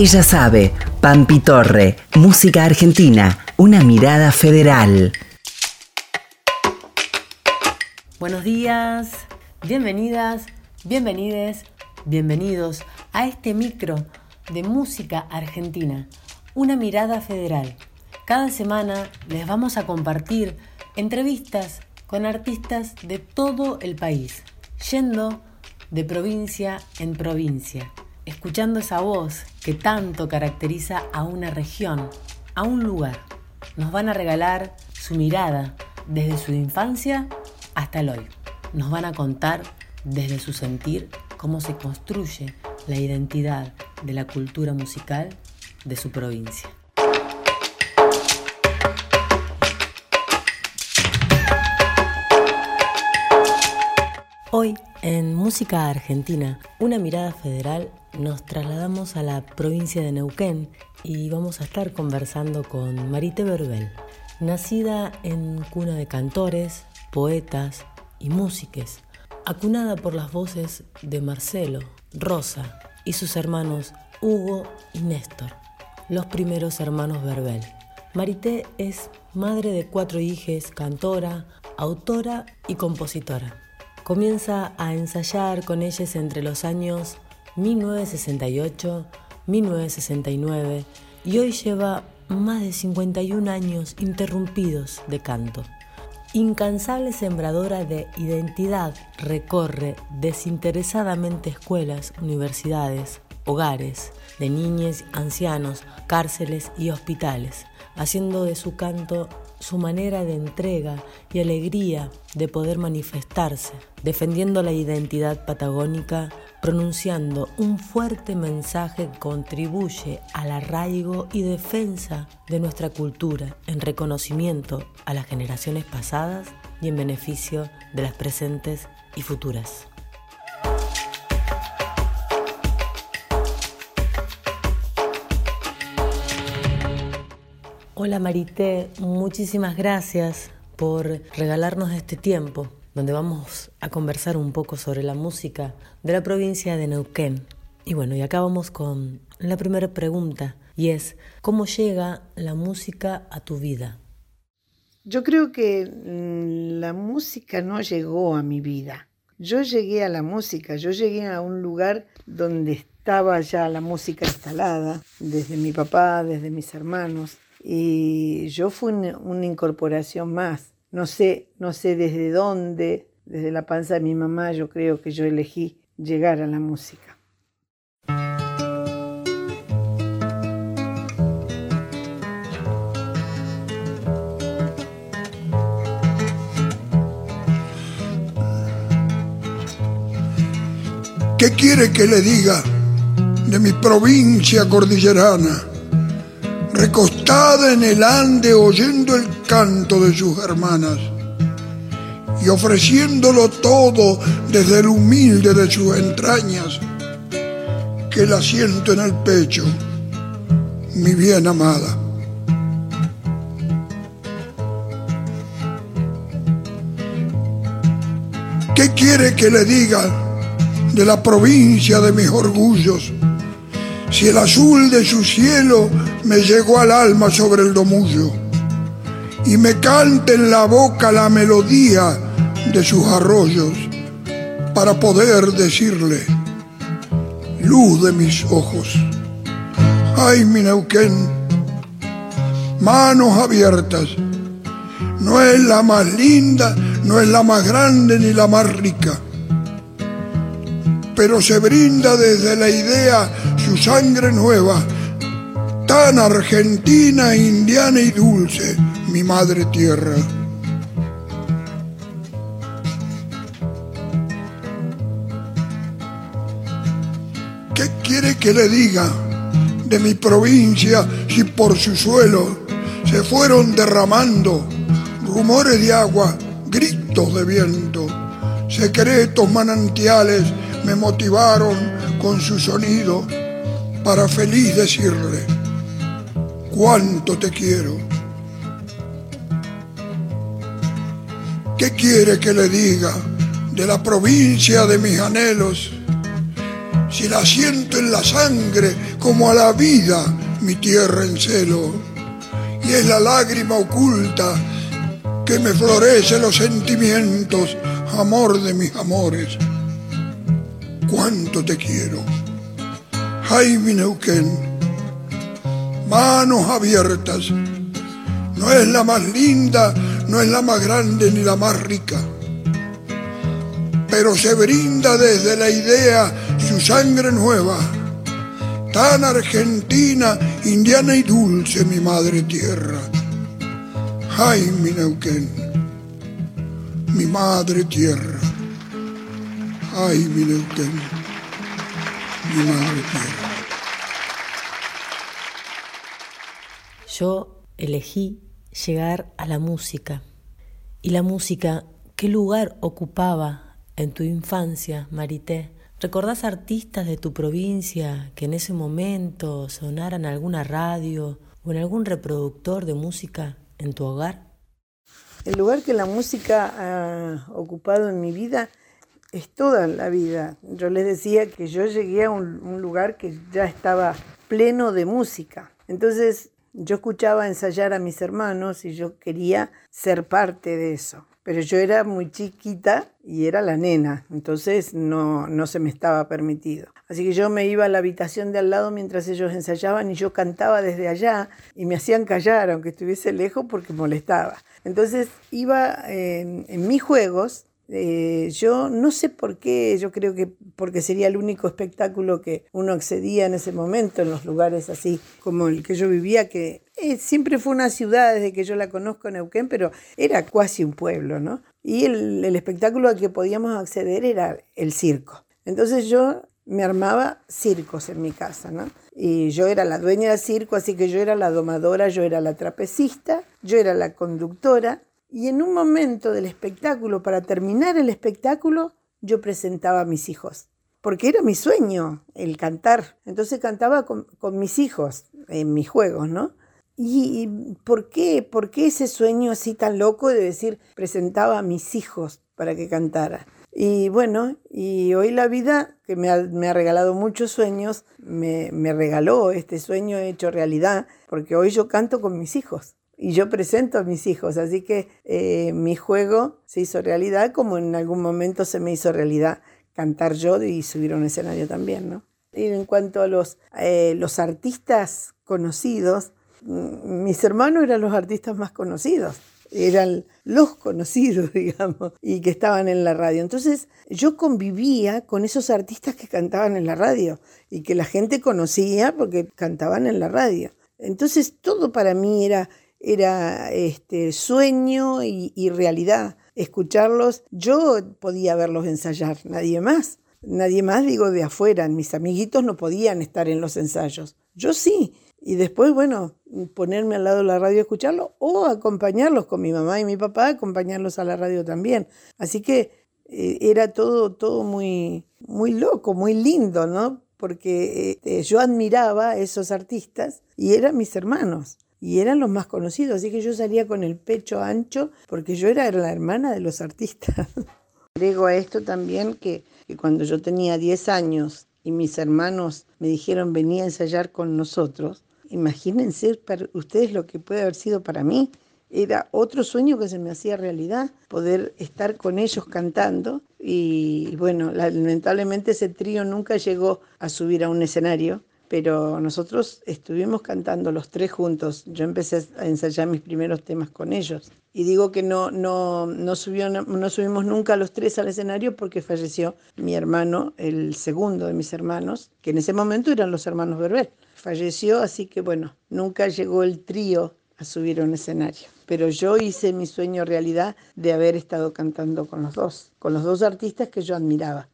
Ella sabe, Pampi Torre, música argentina, una mirada federal. Buenos días, bienvenidas, bienvenides, bienvenidos a este micro de música argentina, una mirada federal. Cada semana les vamos a compartir entrevistas con artistas de todo el país, yendo de provincia en provincia, escuchando esa voz que tanto caracteriza a una región, a un lugar. Nos van a regalar su mirada desde su infancia hasta el hoy. Nos van a contar desde su sentir cómo se construye la identidad de la cultura musical de su provincia. Hoy, en Música Argentina, una mirada federal, nos trasladamos a la provincia de Neuquén y vamos a estar conversando con Marité Berbel. Nacida en cuna de cantores, poetas y músiques, acunada por las voces de Marcelo, Rosa y sus hermanos Hugo y Néstor, los primeros hermanos Berbel. Marité es madre de 4 hijes, cantora, autora y compositora. Comienza a ensayar con ellas entre los años 1968, 1969 y hoy lleva más de 51 años interrumpidos de canto. Incansable sembradora de identidad, recorre desinteresadamente escuelas, universidades, hogares de niños, ancianos, cárceles y hospitales, haciendo de su canto su manera de entrega y alegría de poder manifestarse, defendiendo la identidad patagónica, pronunciando un fuerte mensaje que contribuye al arraigo y defensa de nuestra cultura en reconocimiento a las generaciones pasadas y en beneficio de las presentes y futuras. Hola Marité, muchísimas gracias por regalarnos este tiempo donde vamos a conversar un poco sobre la música de la provincia de Neuquén. Y bueno, y acá vamos con la primera pregunta y es, ¿cómo llega la música a tu vida? Yo creo que la música no llegó a mi vida. Yo llegué a la música, yo llegué a un lugar donde estaba ya la música instalada, desde mi papá, desde mis hermanos. Y yo fui una incorporación más. No sé desde dónde, desde la panza de mi mamá, yo creo que yo elegí llegar a la música. ¿Qué quiere que le diga de mi provincia cordillerana? Recostada en el ande oyendo el canto de sus hermanas y ofreciéndolo todo desde el humilde de sus entrañas, que la siento en el pecho, mi bien amada. ¿Qué quiere que le diga de la provincia de mis orgullos? Si el azul de su cielo me llegó al alma sobre el domullo y me canta en la boca la melodía de sus arroyos para poder decirle, luz de mis ojos, ay mi Neuquén, manos abiertas, no es la más linda, no es la más grande ni la más rica, pero se brinda desde la idea su sangre nueva, tan argentina, indiana y dulce, mi madre tierra. ¿Qué quiere que le diga de mi provincia si por su suelo se fueron derramando rumores de agua, gritos de viento, secretos manantiales me motivaron con su sonido para feliz decirle cuánto te quiero? ¿Qué quiere que le diga de la provincia de mis anhelos si la siento en la sangre como a la vida mi tierra en celo, y es la lágrima oculta que me florece los sentimientos, amor de mis amores. Cuánto te quiero, ay mi Neuquén, manos abiertas. No es la más linda, no es la más grande ni la más rica, pero se brinda desde la idea su sangre nueva, tan argentina, indiana y dulce mi madre tierra. Ay, mi Neuquén, mi madre tierra. Ay, mi Neuquén, mi madre tierra. Yo elegí llegar a la música. ¿Y la música qué lugar ocupaba en tu infancia, Marité? ¿Recordás artistas de tu provincia que en ese momento sonaran en alguna radio o en algún reproductor de música en tu hogar? El lugar que la música ha ocupado en mi vida es toda la vida. Yo les decía que yo llegué a un lugar que ya estaba pleno de música. Entonces yo escuchaba ensayar a mis hermanos y yo quería ser parte de eso. Pero yo era muy chiquita y era la nena, entonces no se me estaba permitido. Así que yo me iba a la habitación de al lado mientras ellos ensayaban y yo cantaba desde allá y me hacían callar aunque estuviese lejos porque molestaba. Entonces iba en mis juegos. Yo no sé por qué, yo creo que porque sería el único espectáculo que uno accedía en ese momento en los lugares así como el que yo vivía, que siempre fue una ciudad desde que yo la conozco, Neuquén, pero era casi un pueblo, ¿no? Y el espectáculo al que podíamos acceder era el circo. Entonces yo me armaba circos en mi casa, ¿no? Y yo era la dueña del circo, así que yo era la domadora, yo era la trapecista, yo era la conductora. Y en un momento del espectáculo, para terminar el espectáculo, yo presentaba a mis hijos. Porque era mi sueño, el cantar. Entonces cantaba con mis hijos en mis juegos, ¿no? ¿Y por qué ese sueño así tan loco de decir, presentaba a mis hijos para que cantara? Y bueno, y hoy la vida, que me ha regalado muchos sueños, me regaló este sueño hecho realidad, porque hoy yo canto con mis hijos. Y yo presento a mis hijos, así que mi juego se hizo realidad como en algún momento se me hizo realidad cantar yo y subir a un escenario también, ¿no? Y en cuanto a los artistas conocidos, mis hermanos eran los artistas más conocidos, eran los conocidos, digamos, y que estaban en la radio. Entonces yo convivía con esos artistas que cantaban en la radio y que la gente conocía porque cantaban en la radio. Entonces todo para mí era sueño y realidad. Escucharlos, yo podía verlos ensayar, nadie más, digo, de afuera. Mis amiguitos no podían estar en los ensayos, yo sí. Y después, bueno, ponerme al lado de la radio a escucharlo o acompañarlos con mi mamá y mi papá, acompañarlos a la radio también. Así que era todo muy, muy loco, muy lindo, ¿no? Porque yo admiraba a esos artistas y eran mis hermanos. Y eran los más conocidos, así que yo salía con el pecho ancho porque yo era la hermana de los artistas. Agrego a esto también que cuando yo tenía 10 años y mis hermanos me dijeron vení a ensayar con nosotros, imagínense para ustedes lo que puede haber sido para mí. Era otro sueño que se me hacía realidad, poder estar con ellos cantando. Y bueno, lamentablemente ese trío nunca llegó a subir a un escenario, pero nosotros estuvimos cantando los tres juntos. Yo empecé a ensayar mis primeros temas con ellos. Y digo que no subimos nunca los tres al escenario porque falleció mi hermano, el segundo de mis hermanos, que en ese momento eran los hermanos Berbel. Falleció, así que bueno, nunca llegó el trío a subir a un escenario. Pero yo hice mi sueño realidad de haber estado cantando con los dos artistas que yo admiraba.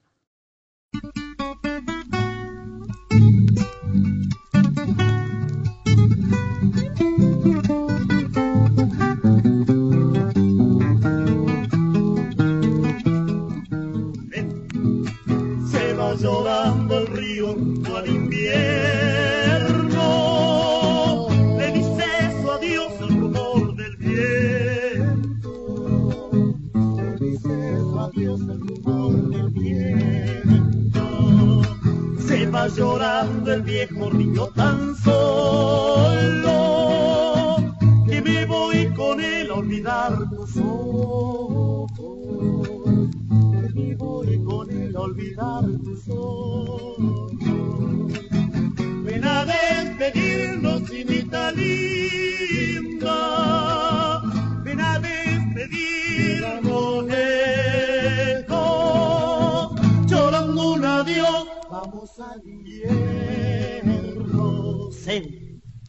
Llorando el río al invierno, le dice eso a Dios el rumor del viento, le dice eso a Dios el rumor del viento. tan solo, que me voy con él a olvidar tus ojos, que me voy con él a olvidar tus ojos. Ven a despedirnos, chinita linda, ven a despedirnos lejos, llorando un adiós, vamos al invierno. Sí.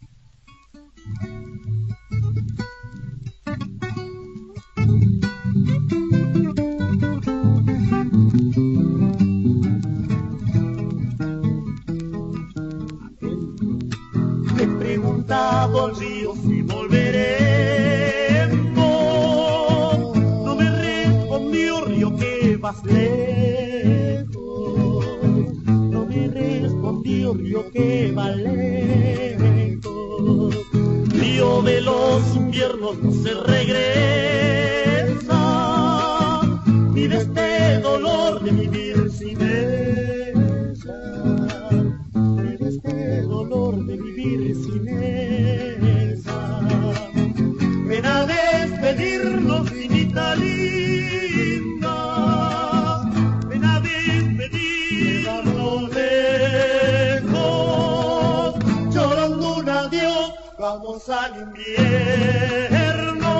He preguntado al río si volveremos, no me respondió río que vas lejos, no me respondió río que va lejos, río de los inviernos no se regresa, ni de este dolor de vivir sin ella, ni de este dolor de vivir sin ella. Ven a despedirnos, finita linda, ven a despedirnos lejos, llorando un adiós, vamos al invierno.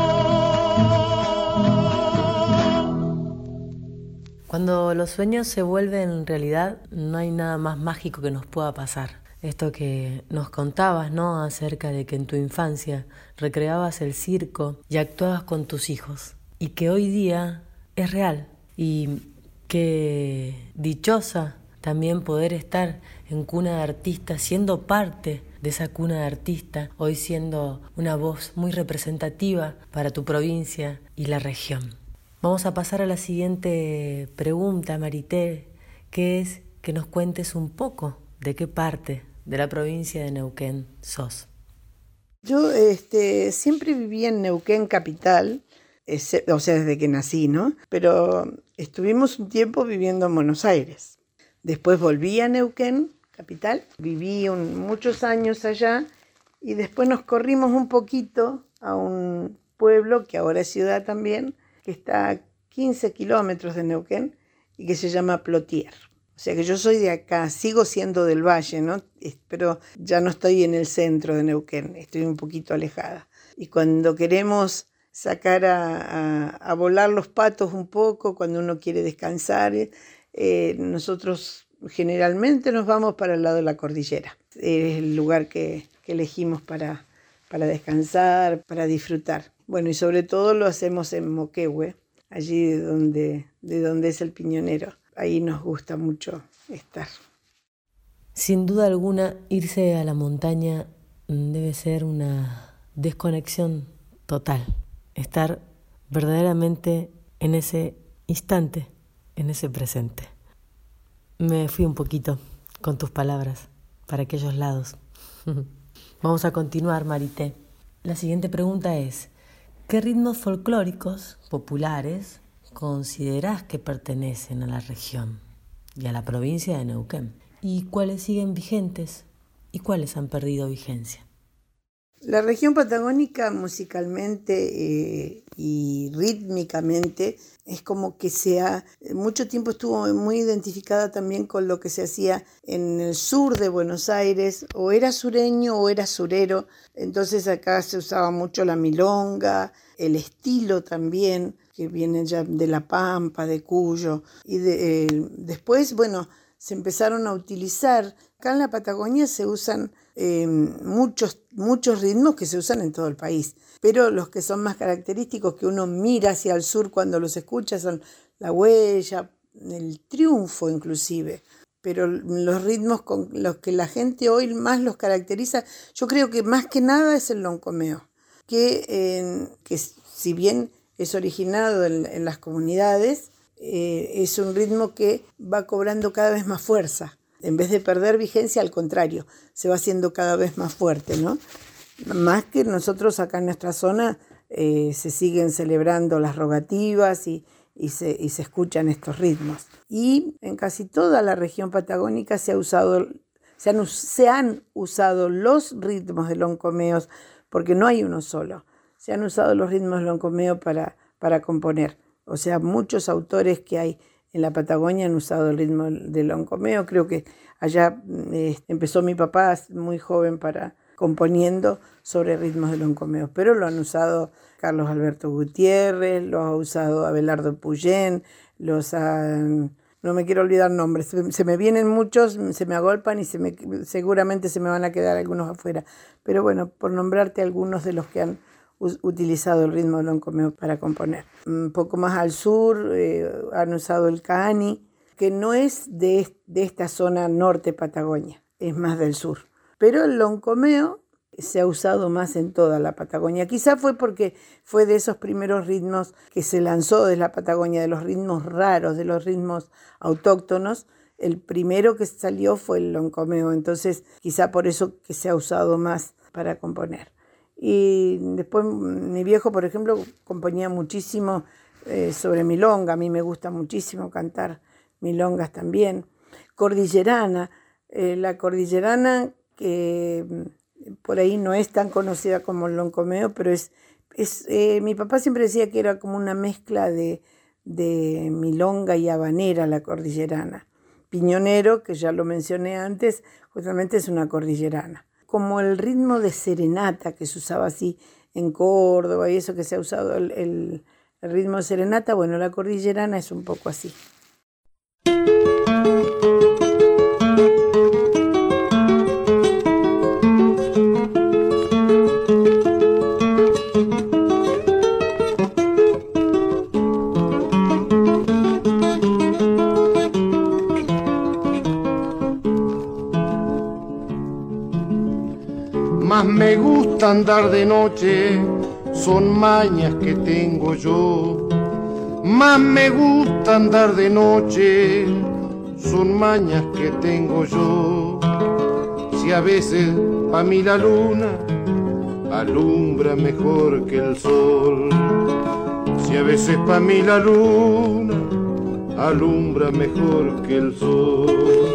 Cuando los sueños se vuelven realidad, no hay nada más mágico que nos pueda pasar. Esto que nos contabas, ¿no?, acerca de que en tu infancia recreabas el circo y actuabas con tus hijos, y que hoy día es real. Y qué dichosa también poder estar en Cuna de Artistas, siendo parte de esa cuna de artistas, hoy siendo una voz muy representativa para tu provincia y la región. Vamos a pasar a la siguiente pregunta, Marité, que es que nos cuentes un poco de qué parte de la provincia de Neuquén sos. Yo siempre viví en Neuquén capital, o sea, desde que nací, ¿no? Pero estuvimos un tiempo viviendo en Buenos Aires. Después volví a Neuquén capital, viví muchos años allá y después nos corrimos un poquito a un pueblo que ahora es ciudad también, que está a 15 kilómetros de Neuquén y que se llama Plotier. O sea que yo soy de acá, sigo siendo del valle, ¿no? Pero ya no estoy en el centro de Neuquén, estoy un poquito alejada. Y cuando queremos sacar a volar los patos un poco, cuando uno quiere descansar, nosotros generalmente nos vamos para el lado de la cordillera. Es el lugar que elegimos para descansar, para disfrutar. Bueno, y sobre todo lo hacemos en Moquehue, allí de donde es el Piñonero. Ahí nos gusta mucho estar. Sin duda alguna, irse a la montaña debe ser una desconexión total. Estar verdaderamente en ese instante, en ese presente. Me fui un poquito con tus palabras para aquellos lados. Vamos a continuar, Marité. La siguiente pregunta es: ¿qué ritmos folclóricos populares considerás que pertenecen a la región y a la provincia de Neuquén? ¿Y cuáles siguen vigentes y cuáles han perdido vigencia? La región patagónica musicalmente y rítmicamente es como que mucho tiempo estuvo muy identificada también con lo que se hacía en el sur de Buenos Aires, o era sureño o era surero. Entonces acá se usaba mucho la milonga, el estilo también, que viene ya de La Pampa, de Cuyo. Y después, bueno, se empezaron a utilizar. Acá en la Patagonia se usan muchos ritmos que se usan en todo el país, pero los que son más característicos, que uno mira hacia el sur cuando los escucha, son la huella, el triunfo inclusive. Pero los ritmos con los que la gente hoy más los caracteriza, yo creo que más que nada es el loncomeo, que si bien es originado en las comunidades, es un ritmo que va cobrando cada vez más fuerza. En vez de perder vigencia, al contrario, se va haciendo cada vez más fuerte, ¿no? Más que nosotros acá en nuestra zona se siguen celebrando las rogativas y se escuchan estos ritmos. Y en casi toda la región patagónica se se han usado los ritmos de loncomeos, porque no hay uno solo. Se han usado los ritmos de loncomeo para componer. O sea, muchos autores que hay en la Patagonia han usado el ritmo del loncomeo. Creo que allá empezó mi papá muy joven componiendo sobre ritmos de loncomeo, pero lo han usado Carlos Alberto Gutiérrez, lo ha usado Abelardo Puyén, no me quiero olvidar nombres, se me vienen muchos, se me agolpan y seguramente se me van a quedar algunos afuera. Pero bueno, por nombrarte algunos de los que han utilizado el ritmo del loncomeo para componer. Un poco más al sur han usado el cani, que no es de esta zona norte Patagonia, es más del sur. Pero el loncomeo se ha usado más en toda la Patagonia. Quizá fue porque fue de esos primeros ritmos que se lanzó desde la Patagonia, de los ritmos raros, de los ritmos autóctonos. El primero que salió fue el loncomeo, entonces quizá por eso que se ha usado más para componer. Y después mi viejo, por ejemplo, componía muchísimo sobre milonga. A mí me gusta muchísimo cantar milongas también. Cordillerana, la cordillerana que por ahí no es tan conocida como el loncomeo, pero mi papá siempre decía que era como una mezcla de milonga y habanera la cordillerana. Piñonero, que ya lo mencioné antes, justamente es una cordillerana. Como el ritmo de serenata que se usaba así en Córdoba y eso que se ha usado el ritmo de serenata, bueno, la cordillerana es un poco así. Más me gusta andar de noche, son mañas que tengo yo. Más me gusta andar de noche, son mañas que tengo yo. Si a veces pa' mí la luna alumbra mejor que el sol. Si a veces pa' mí la luna alumbra mejor que el sol.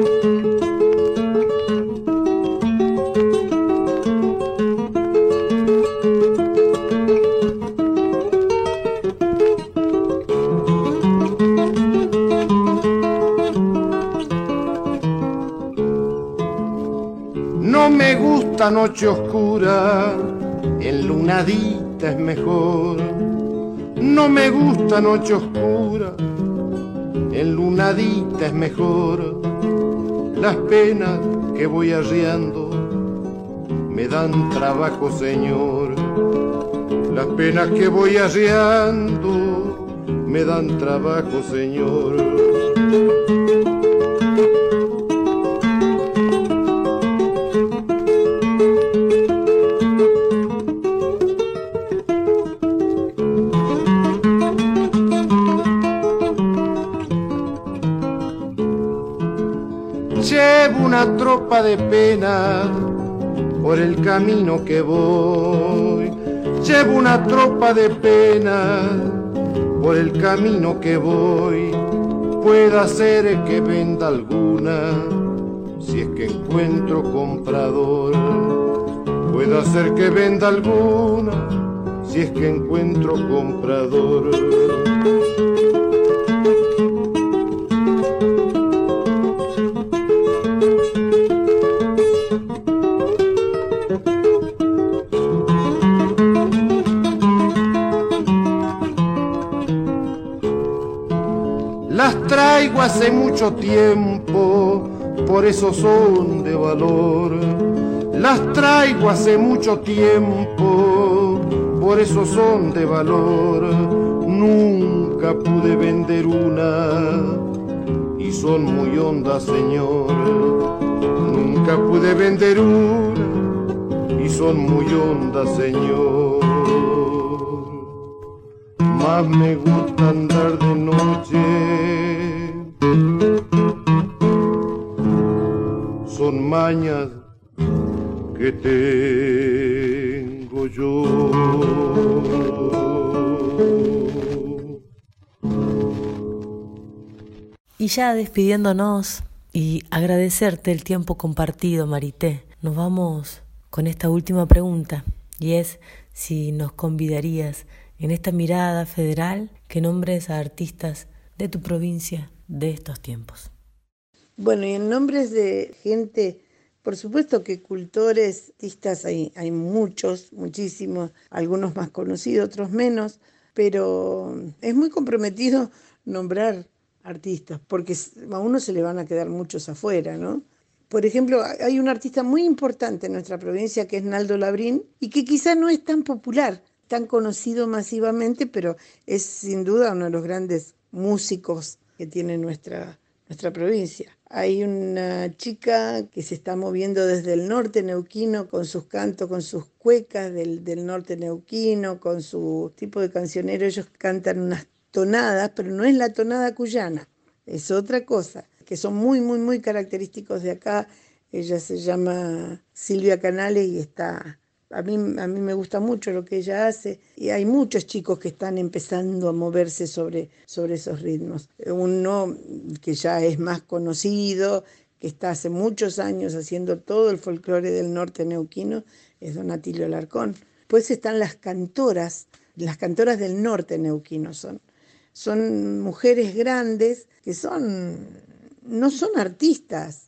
No me gusta noche oscura, enlunadita es mejor. No me gusta noche oscura, enlunadita es mejor. Las penas que voy arriando me dan trabajo, señor. Las penas que voy arriando me dan trabajo, señor. Llevo una tropa de penas por el camino que voy. Llevo una tropa de penas por el camino que voy. Puede ser que venda alguna si es que encuentro comprador. Puede ser que venda alguna si es que encuentro comprador. Las traigo hace mucho tiempo, por eso son de valor. Las traigo hace mucho tiempo, por eso son de valor. Nunca pude vender una y son muy hondas, señor. Nunca pude vender una y son muy hondas, señor. Más me gusta andar de noche, son mañas que tengo yo. Y ya despidiéndonos y agradecerte el tiempo compartido, Marité. Nos vamos con esta última pregunta, y es si nos convidarías en esta mirada federal que nombres a artistas de tu provincia de estos tiempos. Bueno, y en nombres de gente, por supuesto que cultores, artistas hay muchos, muchísimos, algunos más conocidos, otros menos, pero es muy comprometido nombrar artistas, porque a uno se le van a quedar muchos afuera, ¿no? Por ejemplo, hay un artista muy importante en nuestra provincia que es Naldo Labrín, y que quizás no es tan popular, tan conocido masivamente, pero es sin duda uno de los grandes músicos que tiene nuestra provincia. Hay una chica que se está moviendo desde el norte neuquino con sus cantos, con sus cuecas del norte neuquino, con su tipo de cancionero. Ellos cantan unas tonadas, pero no es la tonada cuyana, es otra cosa, que son muy, muy, muy característicos de acá. Ella se llama Silvia Canales y a mí me gusta mucho lo que ella hace, y hay muchos chicos que están empezando a moverse sobre esos ritmos. Uno que ya es más conocido, que está hace muchos años haciendo todo el folclore del norte neuquino, es don Atilio Alarcón. Pues están las cantoras del norte neuquino, son mujeres grandes que no son artistas,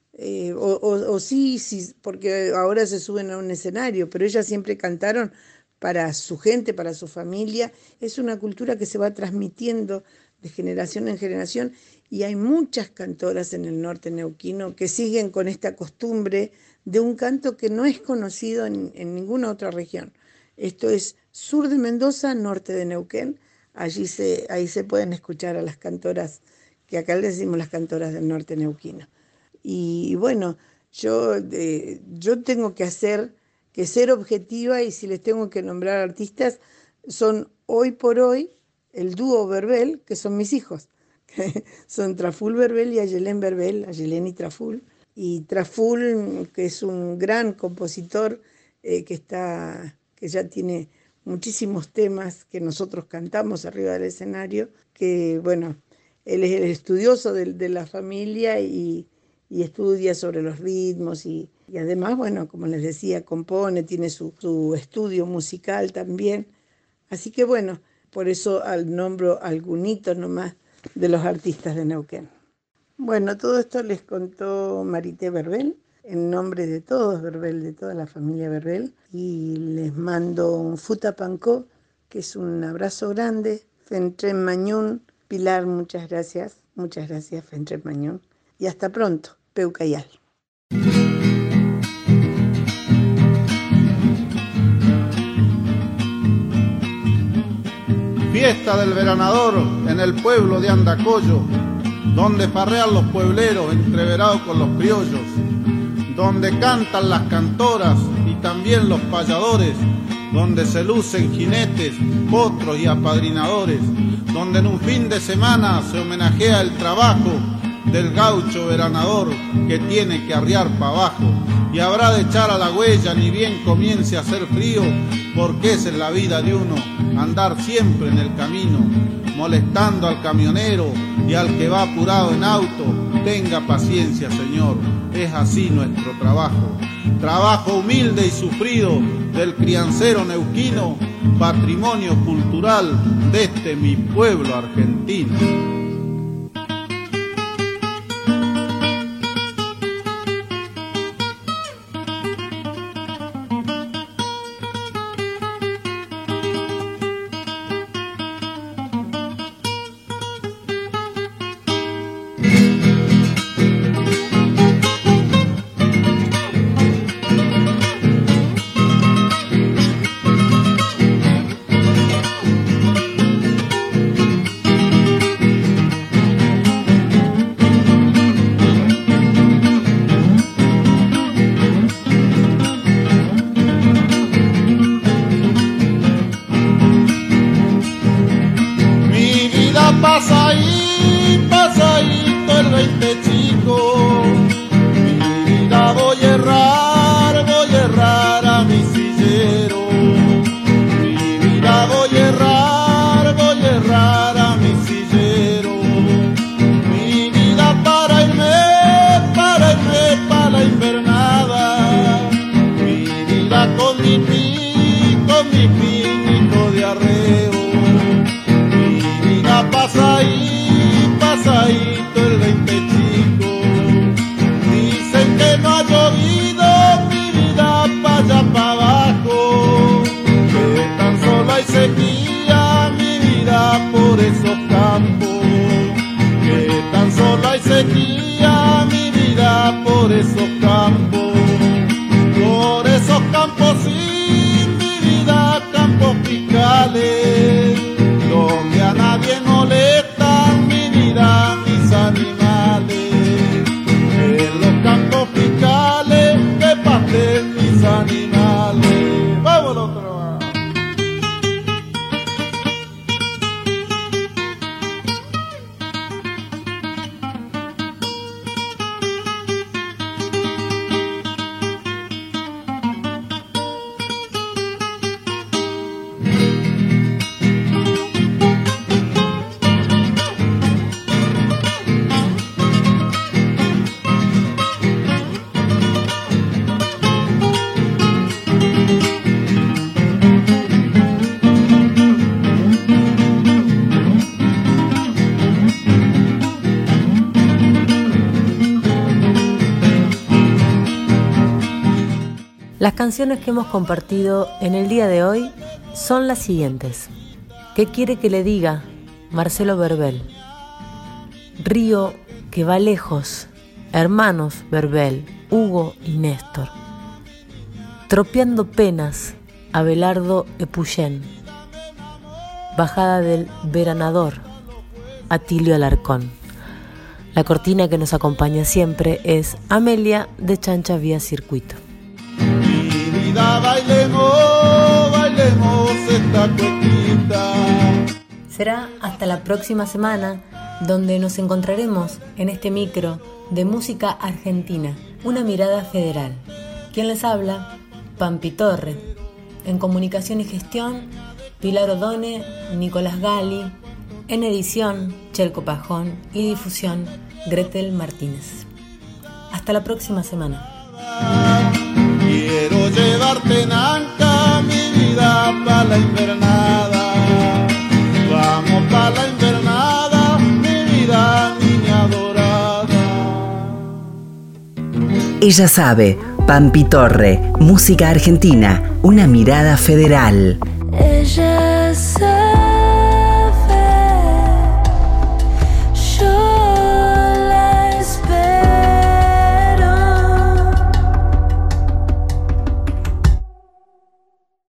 o sí, porque ahora se suben a un escenario, pero ellas siempre cantaron para su gente, para su familia. Es una cultura que se va transmitiendo de generación en generación, y hay muchas cantoras en el norte neuquino que siguen con esta costumbre de un canto que no es conocido en ninguna otra región. Esto es sur de Mendoza, norte de Neuquén. Ahí se pueden escuchar a las cantoras, que acá le decimos las cantoras del norte neuquino. Y bueno, yo tengo que ser objetiva, y si les tengo que nombrar artistas, son hoy por hoy el dúo Verbel, que son mis hijos. Son Traful Verbel y Ayelén Verbel, Ayelén y Traful. Y Traful, que es un gran compositor, que ya tiene muchísimos temas que nosotros cantamos arriba del escenario, que bueno, él es el estudioso de la familia y estudia sobre los ritmos, y además, bueno, como les decía, compone, tiene su estudio musical también. Así que bueno, por eso nombro algunitos nomás de los artistas de Neuquén. Bueno, todo esto les contó Marité Verbel, en nombre de todos Verbel, de toda la familia Verbel, y les mando un Futapancó, que es un abrazo grande. Fentren Mañún, Pilar, muchas gracias, Fentren Mañún, y hasta pronto, Peucayal. Fiesta del veranador en el pueblo de Andacollo, donde farrean los puebleros entreverados con los criollos, donde cantan las cantoras y también los payadores, donde se lucen jinetes, potros y apadrinadores, donde en un fin de semana se homenajea el trabajo del gaucho veranador que tiene que arriar para abajo, y habrá de echar a la huella ni bien comience a hacer frío, porque esa es la vida de uno, andar siempre en el camino, molestando al camionero y al que va apurado en auto. Tenga paciencia, señor, es así nuestro trabajo, trabajo humilde y sufrido del criancero neuquino, patrimonio cultural de este mi pueblo argentino. vida con mi pinito de arreo. Mi vida pasa ahí, pasadito el 20 chico. Dicen que no ha llovido, mi vida pa' allá pa' abajo, que tan solo hay sequía, mi vida por esos campos, que tan solo hay sequía, mi vida por esos campos. Por esos campos sin mi vida, campos fiscales, donde a nadie molestan mi vida, mis animales. En los campos fiscales que pasten mis animales. ¡Vámonos, trabajo! Las canciones que hemos compartido en el día de hoy son las siguientes. ¿Qué quiere que le diga? Marcelo Verbel. Río que va lejos, hermanos Verbel, Hugo y Néstor. Tropeando penas, Abelardo Epuyén. Bajada del Veranador, Atilio Alarcón. La cortina que nos acompaña siempre es Amelia de Chancha Vía Circuito. Bailemos, bailemos esta cuequita. Será hasta la próxima semana, donde nos encontraremos en este micro de música argentina, una mirada federal. ¿Quién les habla? Pampi Torre. En comunicación y gestión, Pilar Odone, Nicolás Gali. En edición, Chelco Pajón. Y difusión, Gretel Martínez. Hasta la próxima semana. Quiero llevarte en anca, mi vida, pa' la invernada. Vamos pa' la invernada, mi vida, niña dorada. Ella sabe, Pampi Torre, música argentina, una mirada federal. Ella